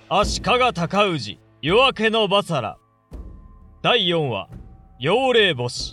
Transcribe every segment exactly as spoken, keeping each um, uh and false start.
足利尊氏夜明けのバサラだいよんわ妖霊星。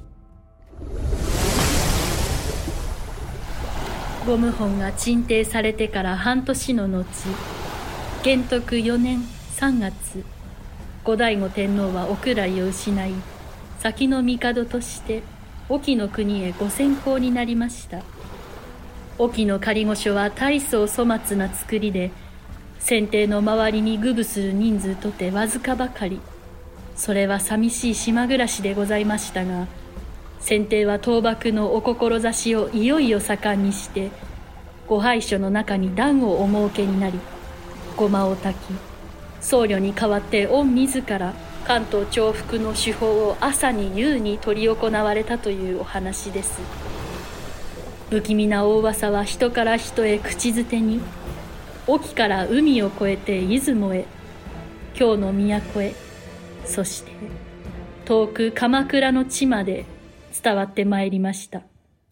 ゴム本が鎮定されてから半年の後、元徳よねんさんがつ、後醍醐天皇はお位を失い、先の帝として隠岐の国へご遷行になりました。隠岐の仮御所は大層粗末な造りで、船艇の周りにぐぶする人数とてわずかばかり。それは寂しい島暮らしでございましたが、船艇は倒幕のお志をいよいよ盛んにして、ご拝所の中に壇をお設けになり、ごまを炊き、僧侶に代わって御自ら関東重複の手法を朝に夕に執り行われたというお話です。不気味な大噂は人から人へ口づてに、隠岐から海を越えて出雲へ、京の都へ、そして遠く鎌倉の地まで伝わってまいりました。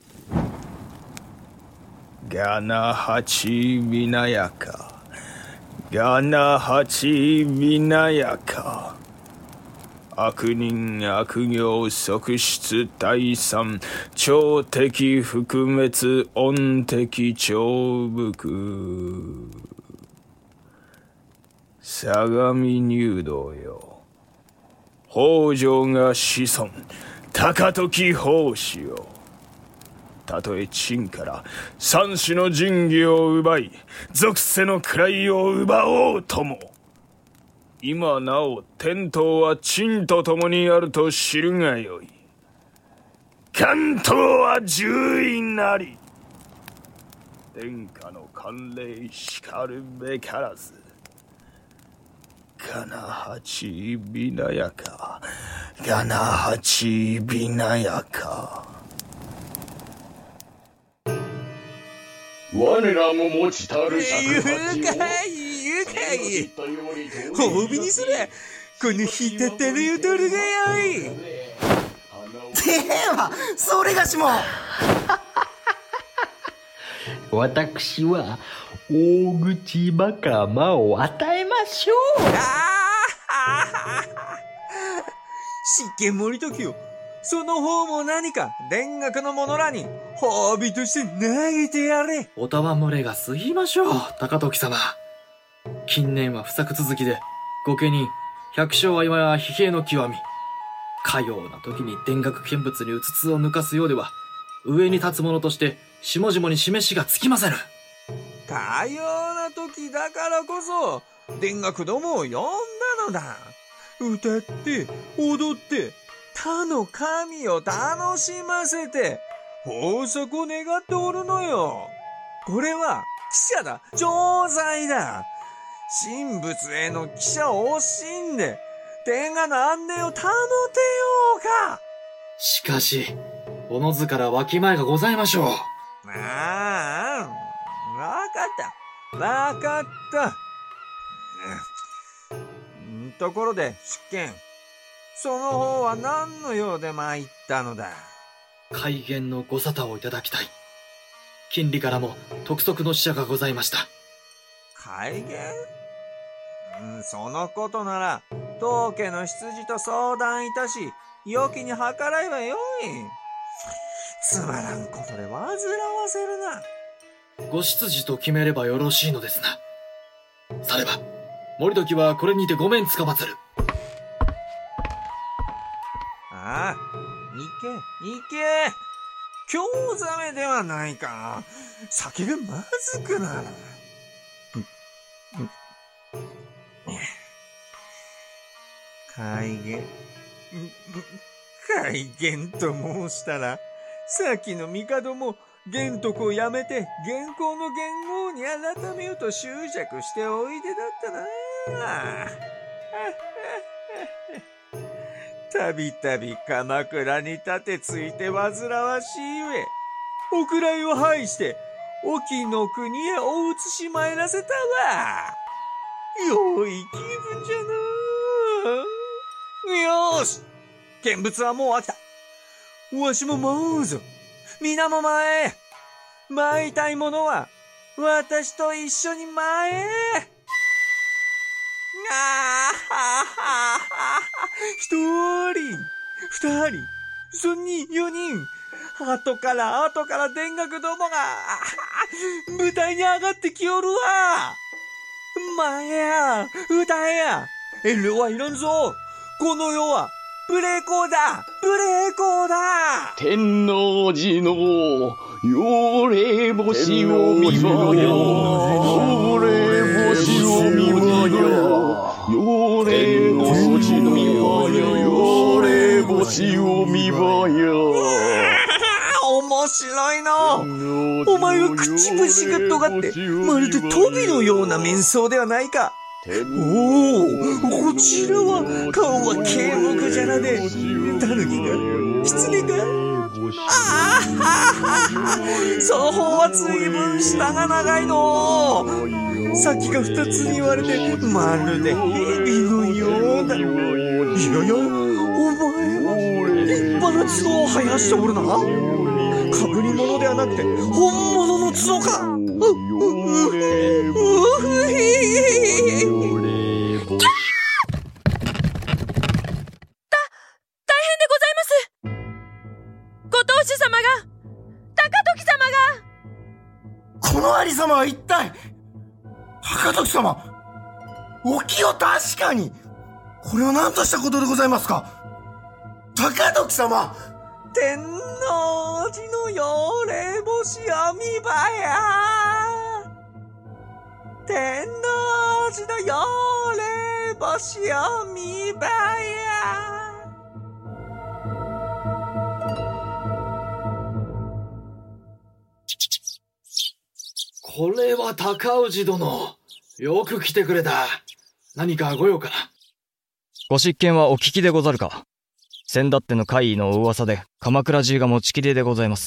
ガナハチビナヤカ、ガナハチビナヤカ。悪人悪行側室退散、超敵覆滅、恩敵重複。相模入道よ、北条が子孫、高時法師よ。たとえ陳から三種の神器を奪い、属性の位を奪おうとも、今なお天道は陳と共にあると知るがよい。関東は獣医なり、天下の慣例しかるべからず。ガナハチビナヤカ、ガナハチビナヤカ。 我らも持ちたる尺八を愉快愉快褒美にすれ、このひたたれ踊るがよい。ではそれがしも私は大口仲間を与えましょう。 執権森時よ、その方も何か田楽の者らに褒美として投げてやれ。 おたわむれが過ぎましょう、高時様。近年は不作続きで、御家人百姓は今や疲弊の極み。かような時に田楽見物にうつつを抜かすようでは、上に立つ者として下々に示しがつきませぬ。 かような時だからこそ田楽どもを呼んだのだ。歌って踊って他の神を楽しませて豊作を願っておるのよ。これは汽車だ、錠剤だ。神仏への汽車を惜しんで天下の安寧を保てようか。 しかしおのずからわきまえがございましょう。 ああ、わかったわかった。うん、ところで執権、その方は何の用で参ったのだ。 開元のご沙汰をいただきたい。金利からも督促の使者がございました。 開元、うん、そのことなら当家の執事と相談いたし、良きに計らえばよい。つまらんことで煩わせるな。 ご執事と決めればよろしいのですな。されば森時はこれにてご面つかまつる。 ああ、行け行け、興ざめではないか。酒がまずくなる。開元開元と申したら、先の帝も元徳をやめて元寇の元号に改めようと執着しておいでだったな。たびたび鎌倉に立てついて煩わしいゆえ、お位を拝して隠岐の国へお移し参らせたわ。良い気分じゃな。よーし、見物はもう飽きた。わしも舞うぞ。皆も前へ。舞いたい者は私と一緒に前へ。 ああ、一人、二人、三人、四人、後から後から田楽どもが、舞台に上がってきよるわ。前や、歌えや、遠慮はいらんぞ。この世は、無礼講だ、無礼講だ。 天王寺の妖霊星を見まよ。妖霊星を見まよ。妖霊星を見まよ。妖霊星を見まよ。 面白いの。お前は口節が尖って、まるでトビのような面相ではないか。おお、こちらは顔は軽木じゃらで、タヌキが、狐が、ああ、双方は随分下が長いの。先が二つに割れて、まるで蛇のようだ。いやいや、お前は立派な角を生やしておるな。かぶり物ではなくて本物の角か。ううううこのありさまは一体、高時様、お気を確かに。これは何としたことでございますか。高時様。 天王寺の妖霊星を見ばや。天王寺の妖霊星を見ばや。 これは高氏殿。よく来てくれた。何かご用かな。 ご執権はお聞きでござるか。先だっての怪異の噂で鎌倉中が持ちきりでございます。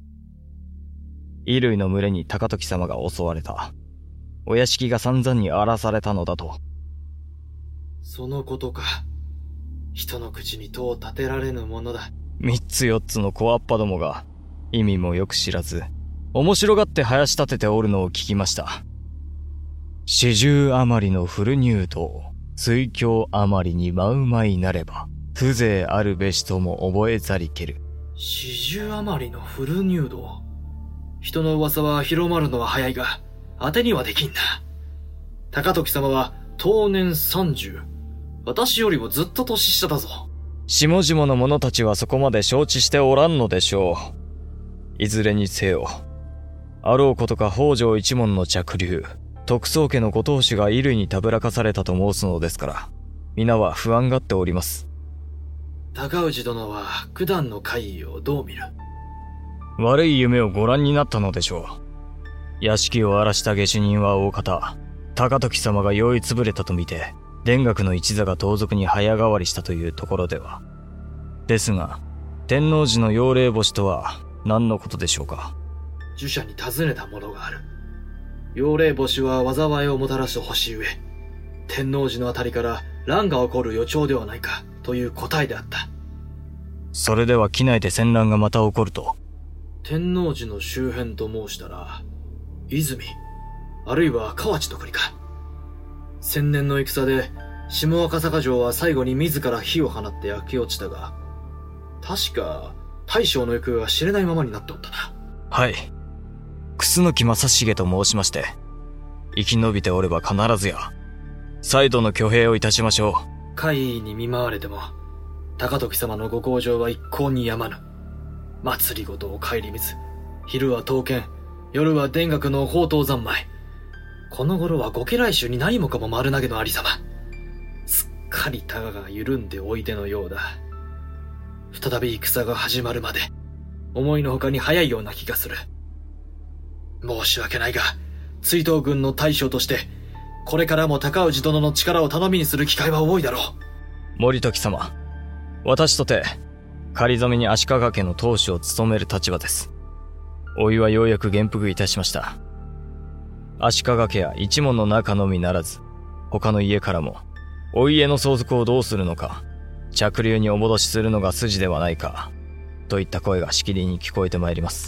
衣類の群れに高時様が襲われた。お屋敷が散々に荒らされたのだと。 そのことか。人の口に戸を立てられぬものだ。 三つ四つの小あっぱどもが意味もよく知らず面白がって生やし立てておるのを聞きました。四十余りのフル入道、水郷余りに舞うまいなれば風情あるべしとも覚えざりける。 四十余りのフル入道。人の噂は広まるのは早いが当てにはできんな。高時様は当年三十。私よりもずっと年下だぞ。 下々の者たちはそこまで承知しておらんのでしょう。いずれにせよ。あろうことか北条一門の着流、徳宗家のご当主が衣類にたぶらかされたと申すのですから、皆は不安がっております。 高氏殿は九段の怪異をどう見る？ 悪い夢をご覧になったのでしょう。屋敷を荒らした下手人は大方、高時様が酔いつぶれたと見て、田楽の一座が盗賊に早変わりしたというところでは。ですが、天王寺の妖霊星とは何のことでしょうか。 呪者に尋ねたものがある。妖霊星は災いをもたらす星ゆえ、天王寺のあたりから乱が起こる予兆ではないかという答えであった。 それでは機内で戦乱がまた起こると。 天王寺の周辺と申したら、泉、あるいは河内の国か。千年の戦で、下赤坂城は最後に自ら火を放って焼け落ちたが、確か大将の行方は知れないままになっておったな。 はい。楠木正成と申しまして、生き延びておれば必ずや、再度の挙兵をいたしましょう。 怪異に見舞われても、高時様のご向上は一向にやまぬ。祭りごとを顧みず、昼は刀剣、夜は田楽の宝刀三昧。この頃はご家来衆に何もかも丸投げのありさま。すっかりタガが緩んでおいでのようだ。再び戦が始まるまで、思いのほかに早いような気がする。申し訳ないが、追討軍の大将として、これからも高氏殿の力を頼みにする機会は多いだろう。 森時様、私とて、仮初めに足利家の当主を務める立場です。おいはようやく元服いたしました。足利家や一門の中のみならず、他の家からも、お家の相続をどうするのか、着流にお戻しするのが筋ではないか、といった声がしきりに聞こえてまいります。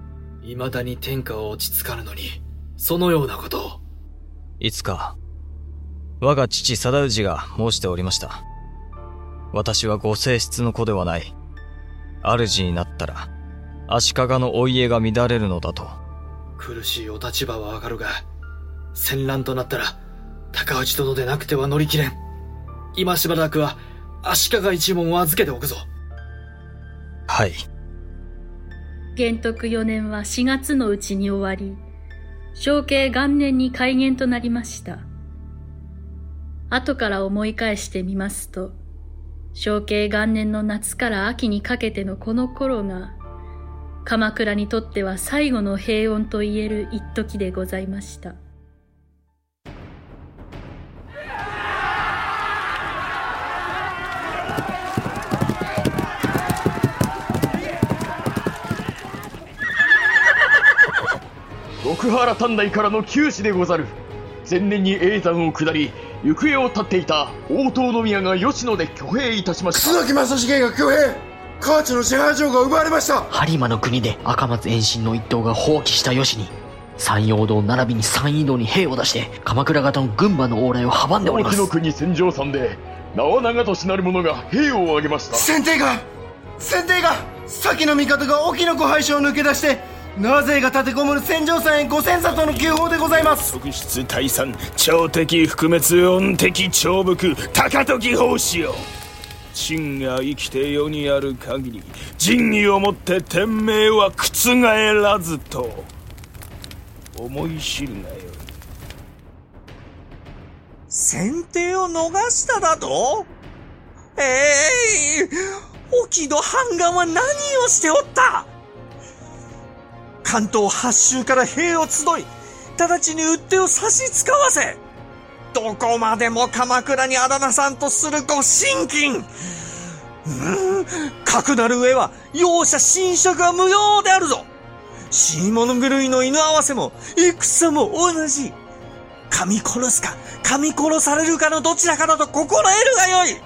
未だに天下は落ち着かぬのに、そのようなことを。 いつか、 我が父貞氏が申しておりました。私はご正室の子ではない。主になったら、足利のお家が乱れるのだと。 苦しいお立場はわかるが、戦乱となったら、高内殿でなくては乗り切れん。今しばらくは、足利一門を預けておくぞ。 はい。 元徳よねんはしがつのうちに終わり、承慶元年に改元となりました。後から思い返してみますと、承慶元年の夏から秋にかけてのこの頃が、鎌倉にとっては最後の平穏と言える一時でございました。 徳原短大からの急使でござる。前年に叡山を下り、行方を絶っていた大塔宮が吉野で挙兵いたしました。 楠木正成が挙兵。河内の支配城が奪われました。 播磨の国で赤松延伸の一党が放棄した吉に、山陽道並びに山陰道に兵を出して鎌倉方の軍馬の往来を阻んでおります。 大木の国戦場山で名は長俊なる者が兵を挙げました。 先手が先手が先の帝が沖の湖廃所を抜け出して、なぜが立てこもる戦場山へ五千里の急報でございます。 特筆大参、朝敵覆滅、恩敵長伏、高時法師よ。朕が生きて世にある限り、仁義をもって天命は覆らずと思い知るがよい。 先手を逃しただと？ええー、沖戸判官は何をしておった？関東八州から兵を集い、直ちに討っ手を差し使わせ、どこまでも鎌倉にあだなさんとするご神君。うーん、かくなる上は容赦侵食は無用であるぞ。死に物狂いの犬合わせも戦も同じ。噛み殺すか噛み殺されるかのどちらかだと心得るがよい。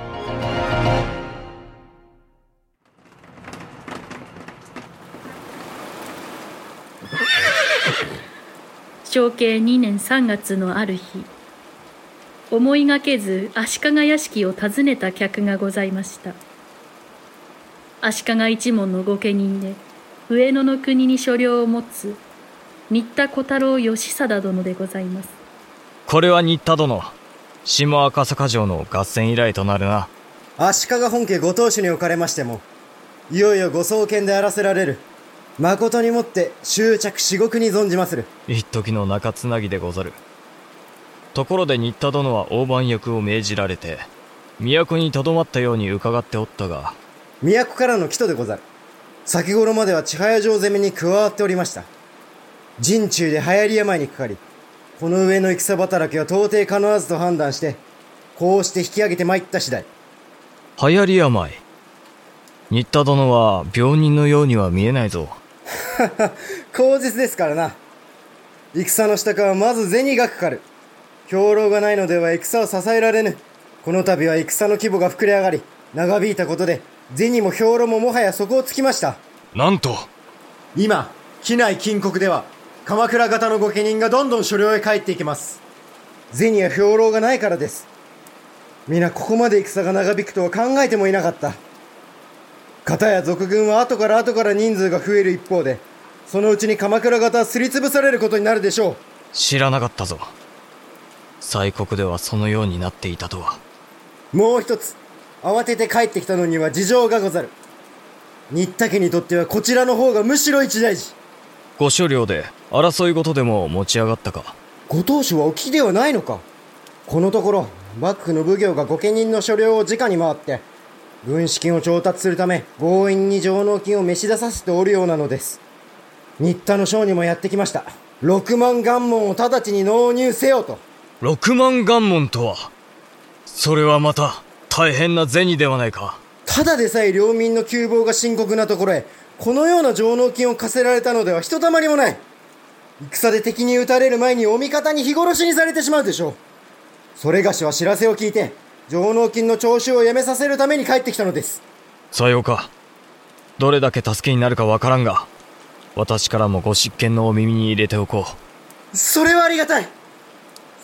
承慶にねんさんがつのある日、思いがけず足利屋敷を訪ねた客がございました。足利一門の御家人で上野の国に所領を持つ新田小太郎義貞殿でございます。 これは新田殿、下赤坂城の合戦以来となるな。 足利本家ご当主におかれましても、いよいよご創建であらせられる。誠にもって執着至極に存じまする。 一時の中つなぎでござる。ところで新田殿は大番役を命じられて都にとどまったように伺っておったが。 都からの帰途でござる。先頃までは千早城攻めに加わっておりました。陣中で流行り病にかかり、この上の戦働きは到底叶わずと判断して、こうして引き上げて参った次第。 流行り病。新田殿は病人のようには見えないぞ。 口実ですからな。戦の支度はまず銭がかかる。兵糧がないのでは戦を支えられぬ。この度は戦の規模が膨れ上がり、長引いたことで銭も兵糧ももはや底をつきました。 なんと今畿内近国では鎌倉方の御家人がどんどん所領へ帰っていきます。銭や兵糧がないからです。皆ここまで戦が長引くとは考えてもいなかった。片や賊軍は後から後から人数が増える一方で、そのうちに鎌倉方はすりつぶされることになるでしょう。 知らなかったぞ。西国ではそのようになっていたとは。 もう一つ、慌てて帰ってきたのには事情がござる。新田家にとってはこちらの方がむしろ一大事。 ご所領で争い事でも持ち上がったか。 ご当主はお聞きではないのか。このところ幕府の奉行が御家人の所領を直に回って軍資金を調達するため強引に上納金を召し出させておるようなのです。新田の省にもやってきました。六万願文を直ちに納入せよと。 六万願文とは、それはまた大変な銭ではないか。 ただでさえ領民の窮乏が深刻なところへこのような上納金を課せられたのではひとたまりもない。戦で敵に撃たれる前にお味方に日殺しにされてしまうでしょう。それがしは知らせを聞いて上納金の徴収をやめさせるために帰ってきたのです。 さようか。どれだけ助けになるかわからんが、私からもご執権のお耳に入れておこう。 それはありがたい。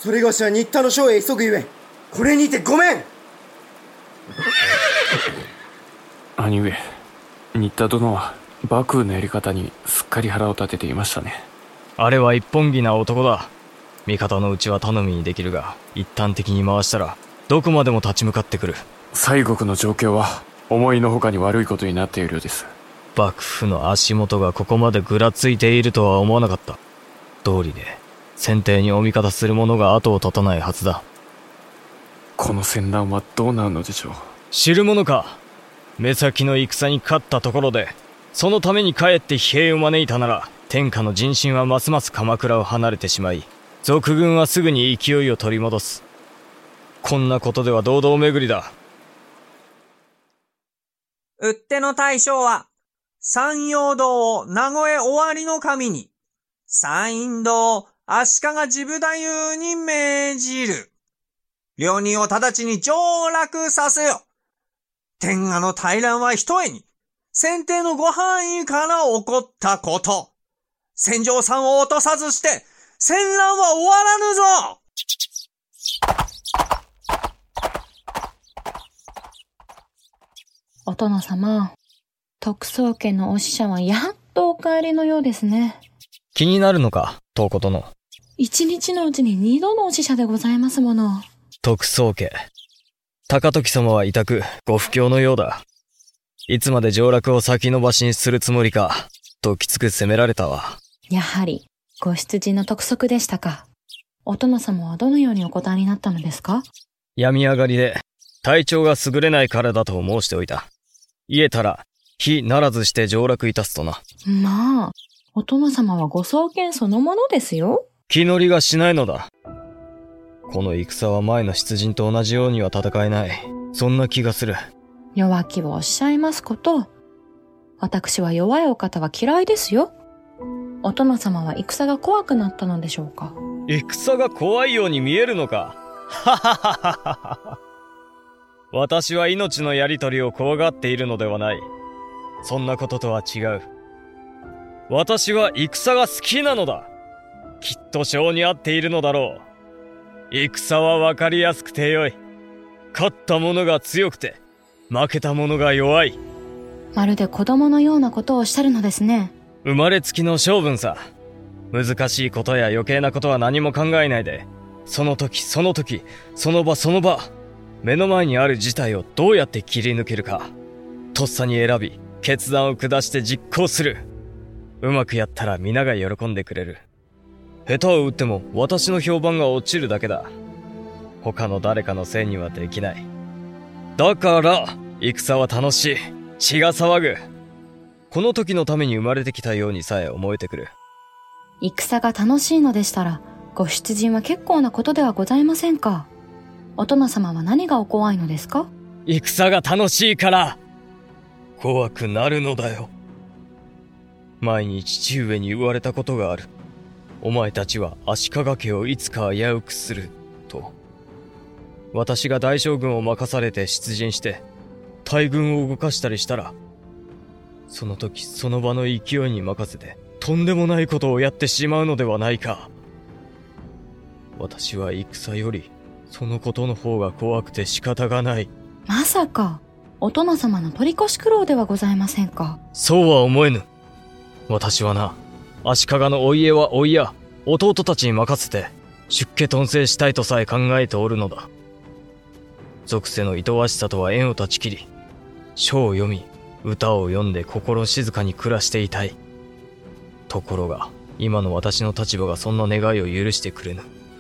それがしは新田の将へ急ぐゆえ、これにてごめん。 兄上、新田殿は幕府のやり方にすっかり腹を立てていましたね。 あれは一本気な男だ。味方のうちは頼みにできるが、一旦的に回したらどこまでも立ち向かってくる。 西国の状況は思いのほかに悪いことになっているようです。 幕府の足元がここまでぐらついているとは思わなかった。道理で先手にお味方する者が後を絶たないはずだ。 この戦乱はどうなるのでしょう。 知る者か。目先の戦に勝ったところで、そのために帰って疲弊を招いたなら、天下の人心はますます鎌倉を離れてしまい、賊軍はすぐに勢いを取り戻す。こんなことでは堂々巡りだ。 うっての大将は、山陽道を名古屋終わりの神に、山陰道を足利治部太夫に命じる。両人を直ちに上洛させよ。天下の大乱はひとえに、先帝のご範囲から起こったこと。戦場さんを落とさずして、戦乱は終わらぬぞ。 お殿様、徳宗家のお使者はやっとお帰りのようですね。 気になるのか、東子殿。 一日のうちに二度のお使者でございますもの。 徳宗家。高時様は痛くご不況のようだ。いつまで上洛を先延ばしにするつもりか、ときつく責められたわ。 やはり、ご出陣の督促でしたか。お殿様はどのようにお答えになったのですか？ 病み上がりで、体調が優れないからだと申しておいた。言えたら、非ならずして上洛いたすとな。 まあ、お殿様はご創建そのものですよ。 気乗りがしないのだ。この戦は前の出陣と同じようには戦えない。そんな気がする。 弱気をおっしゃいますこと。私は弱いお方は嫌いですよ。お殿様は戦が怖くなったのでしょうか？ 戦が怖いように見えるのか？ははははは。私は命のやり取りを怖がっているのではない。そんなこととは違う。私は戦が好きなのだ。きっと性に合っているのだろう。戦はわかりやすくてよい。勝った者が強くて、負けた者が弱い。 まるで子供のようなことをおっしゃるのですね。 生まれつきの性分さ。難しいことや余計なことは何も考えないで、その時その時、その場その場、目の前にある事態をどうやって切り抜けるか、とっさに選び、決断を下して実行する。うまくやったら皆が喜んでくれる。下手を打っても私の評判が落ちるだけだ。他の誰かのせいにはできない。だから、戦は楽しい。血が騒ぐ。この時のために生まれてきたようにさえ思えてくる。 戦が楽しいのでしたら、ご出陣は結構なことではございませんか。お殿様は何がお怖いのですか？ 戦が楽しいから、怖くなるのだよ。前に父上に言われたことがある。お前たちは足利家をいつか危うくする、と。私が大将軍を任されて出陣して、大軍を動かしたりしたら、その時その場の勢いに任せて、とんでもないことをやってしまうのではないか。私は戦より、そのことの方が怖くて仕方がない。 まさか、お殿様の取り越し苦労ではございませんか。 そうは思えぬ。私はな、足利のお家はおいや、弟たちに任せて、出家頓生したいとさえ考えておるのだ。俗世の厭わしさとは縁を断ち切り、書を読み、歌を読んで心静かに暮らしていたい。ところが、今の私の立場がそんな願いを許してくれぬ。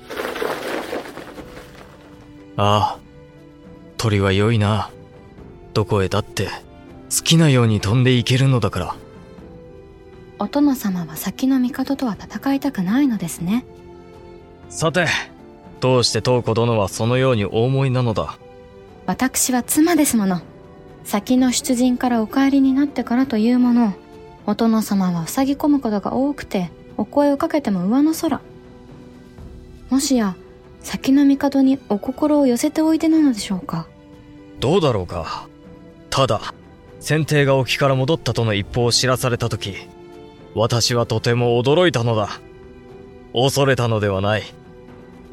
ああ、鳥は良いな。どこへだって、好きなように飛んでいけるのだから。 お殿様は先の帝とは戦いたくないのですね。 さて、どうして東子殿はそのようにお思いなのだ。 私は妻ですもの。先の出陣からお帰りになってからというもの、お殿様は塞ぎ込むことが多くて、お声をかけても上の空。もしや、先の帝にお心を寄せておいでなのでしょうか。 どうだろうか。ただ、先帝が沖から戻ったとの一報を知らされたとき、私はとても驚いたのだ。恐れたのではない。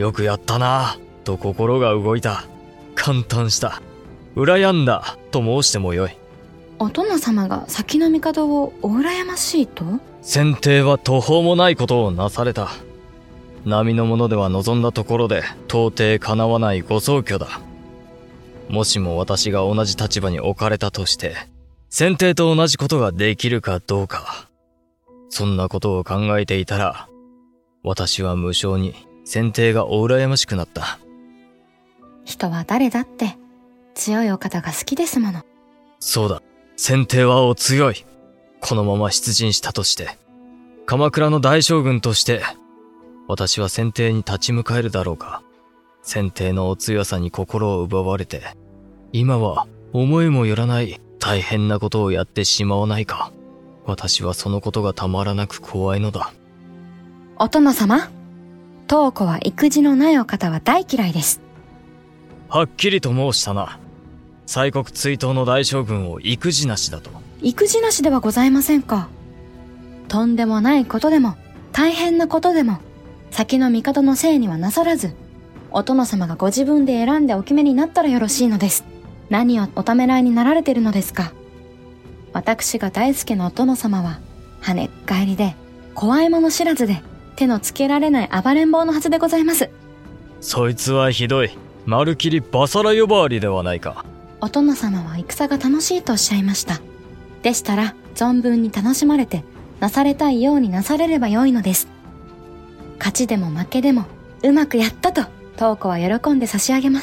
よくやったなぁ、と心が動いた。感嘆した。羨んだ、と申してもよい。 お殿様が先の帝をお羨ましいと？ 先帝は途方もないことをなされた。並の者では望んだところで到底叶わないご宗居だ。もしも私が同じ立場に置かれたとして、先帝と同じことができるかどうか。そんなことを考えていたら、私は無性に先帝がお羨ましくなった。 人は誰だって強いお方が好きですもの。 そうだ、先帝はお強い。このまま出陣したとして、鎌倉の大将軍として、私は先帝に立ち向かえるだろうか。先帝のお強さに心を奪われて、今は思いもよらない大変なことをやってしまわないか。私はそのことがたまらなく怖いのだ。 お殿様、当子は育児のないお方は大嫌いです。 はっきりと申したな。西国追討の大将軍を育児なしだと。 育児なしではございませんか。とんでもないことでも大変なことでも先の帝のせいにはなさらず、お殿様がご自分で選んでお決めになったらよろしいのです。何をおためらいになられているのですか。私が大好きなお殿様は跳ねっ返りで怖いもの知らずで手のつけられない暴れん坊のはずでございます。 そいつはひどい。まるきりバサラ呼ばわりではないか。 お殿様は戦が楽しいとおっしゃいました。でしたら存分に楽しまれてなされたいようになされればよいのです。勝ちでも負けでもうまくやったと当子は喜んで差し上げます。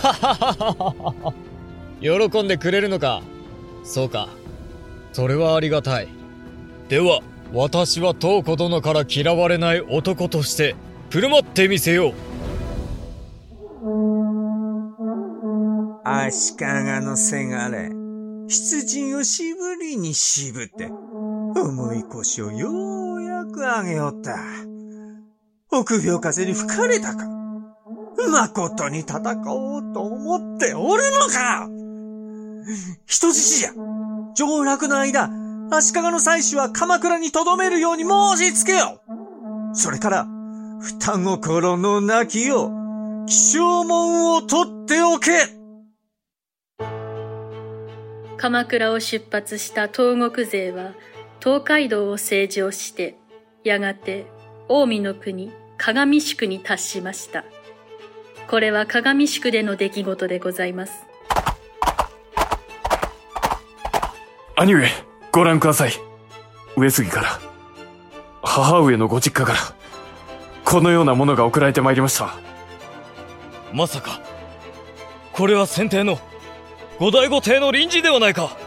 喜んでくれるのか。そうか、それはありがたい。では私は当子殿から嫌われない男として振る舞ってみせよう。 足利のせがれ、出陣をしぶりに渋って、重い腰をようやく上げよった。臆病風に吹かれたか。誠に戦おうと思っておるのか。人質じゃ。上洛の間、足利の妻子は鎌倉に留めるように申し付けよ。それから、双心の泣きよ、起請文を取っておけ。 鎌倉を出発した東国勢は東海道を西上して、やがて近江の国鏡宿に達しました。これは鏡宿での出来事でございます。 兄上、ご覧ください。上杉から、母上のご実家から、このようなものが送られてまいりました。 まさか、これは先帝の後醍醐帝の臨時ではないか。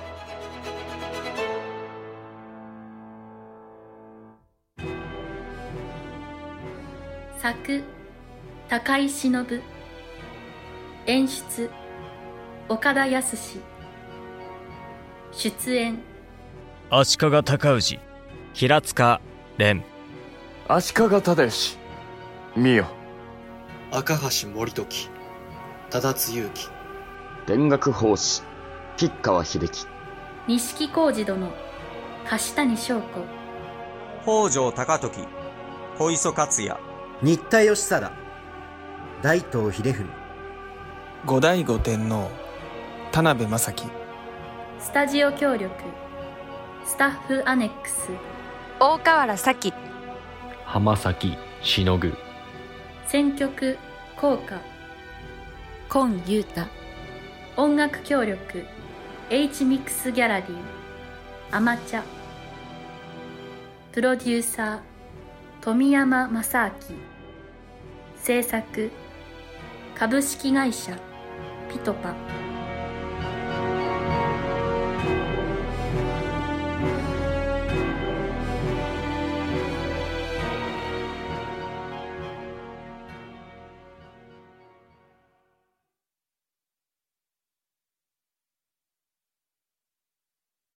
作、高井忍。演出、岡田康。出演、 足利尊氏、平塚蓮。 足利忠義、美代。 赤橋森時、忠津勇樹。 田楽法師、吉川秀樹。 錦小路殿、樫谷将子。 北条高時、小磯克也。 新田義貞、大東秀文。 後醍醐天皇、田辺正樹。 スタジオ協力、スタッフアネックス、 大河原咲。 浜崎しのぐ。 選曲、効果、 今優太。 音楽協力、H ミックスギャラリー、アマチャ。プロデューサー、富山正明。制作、株式会社ピトパ。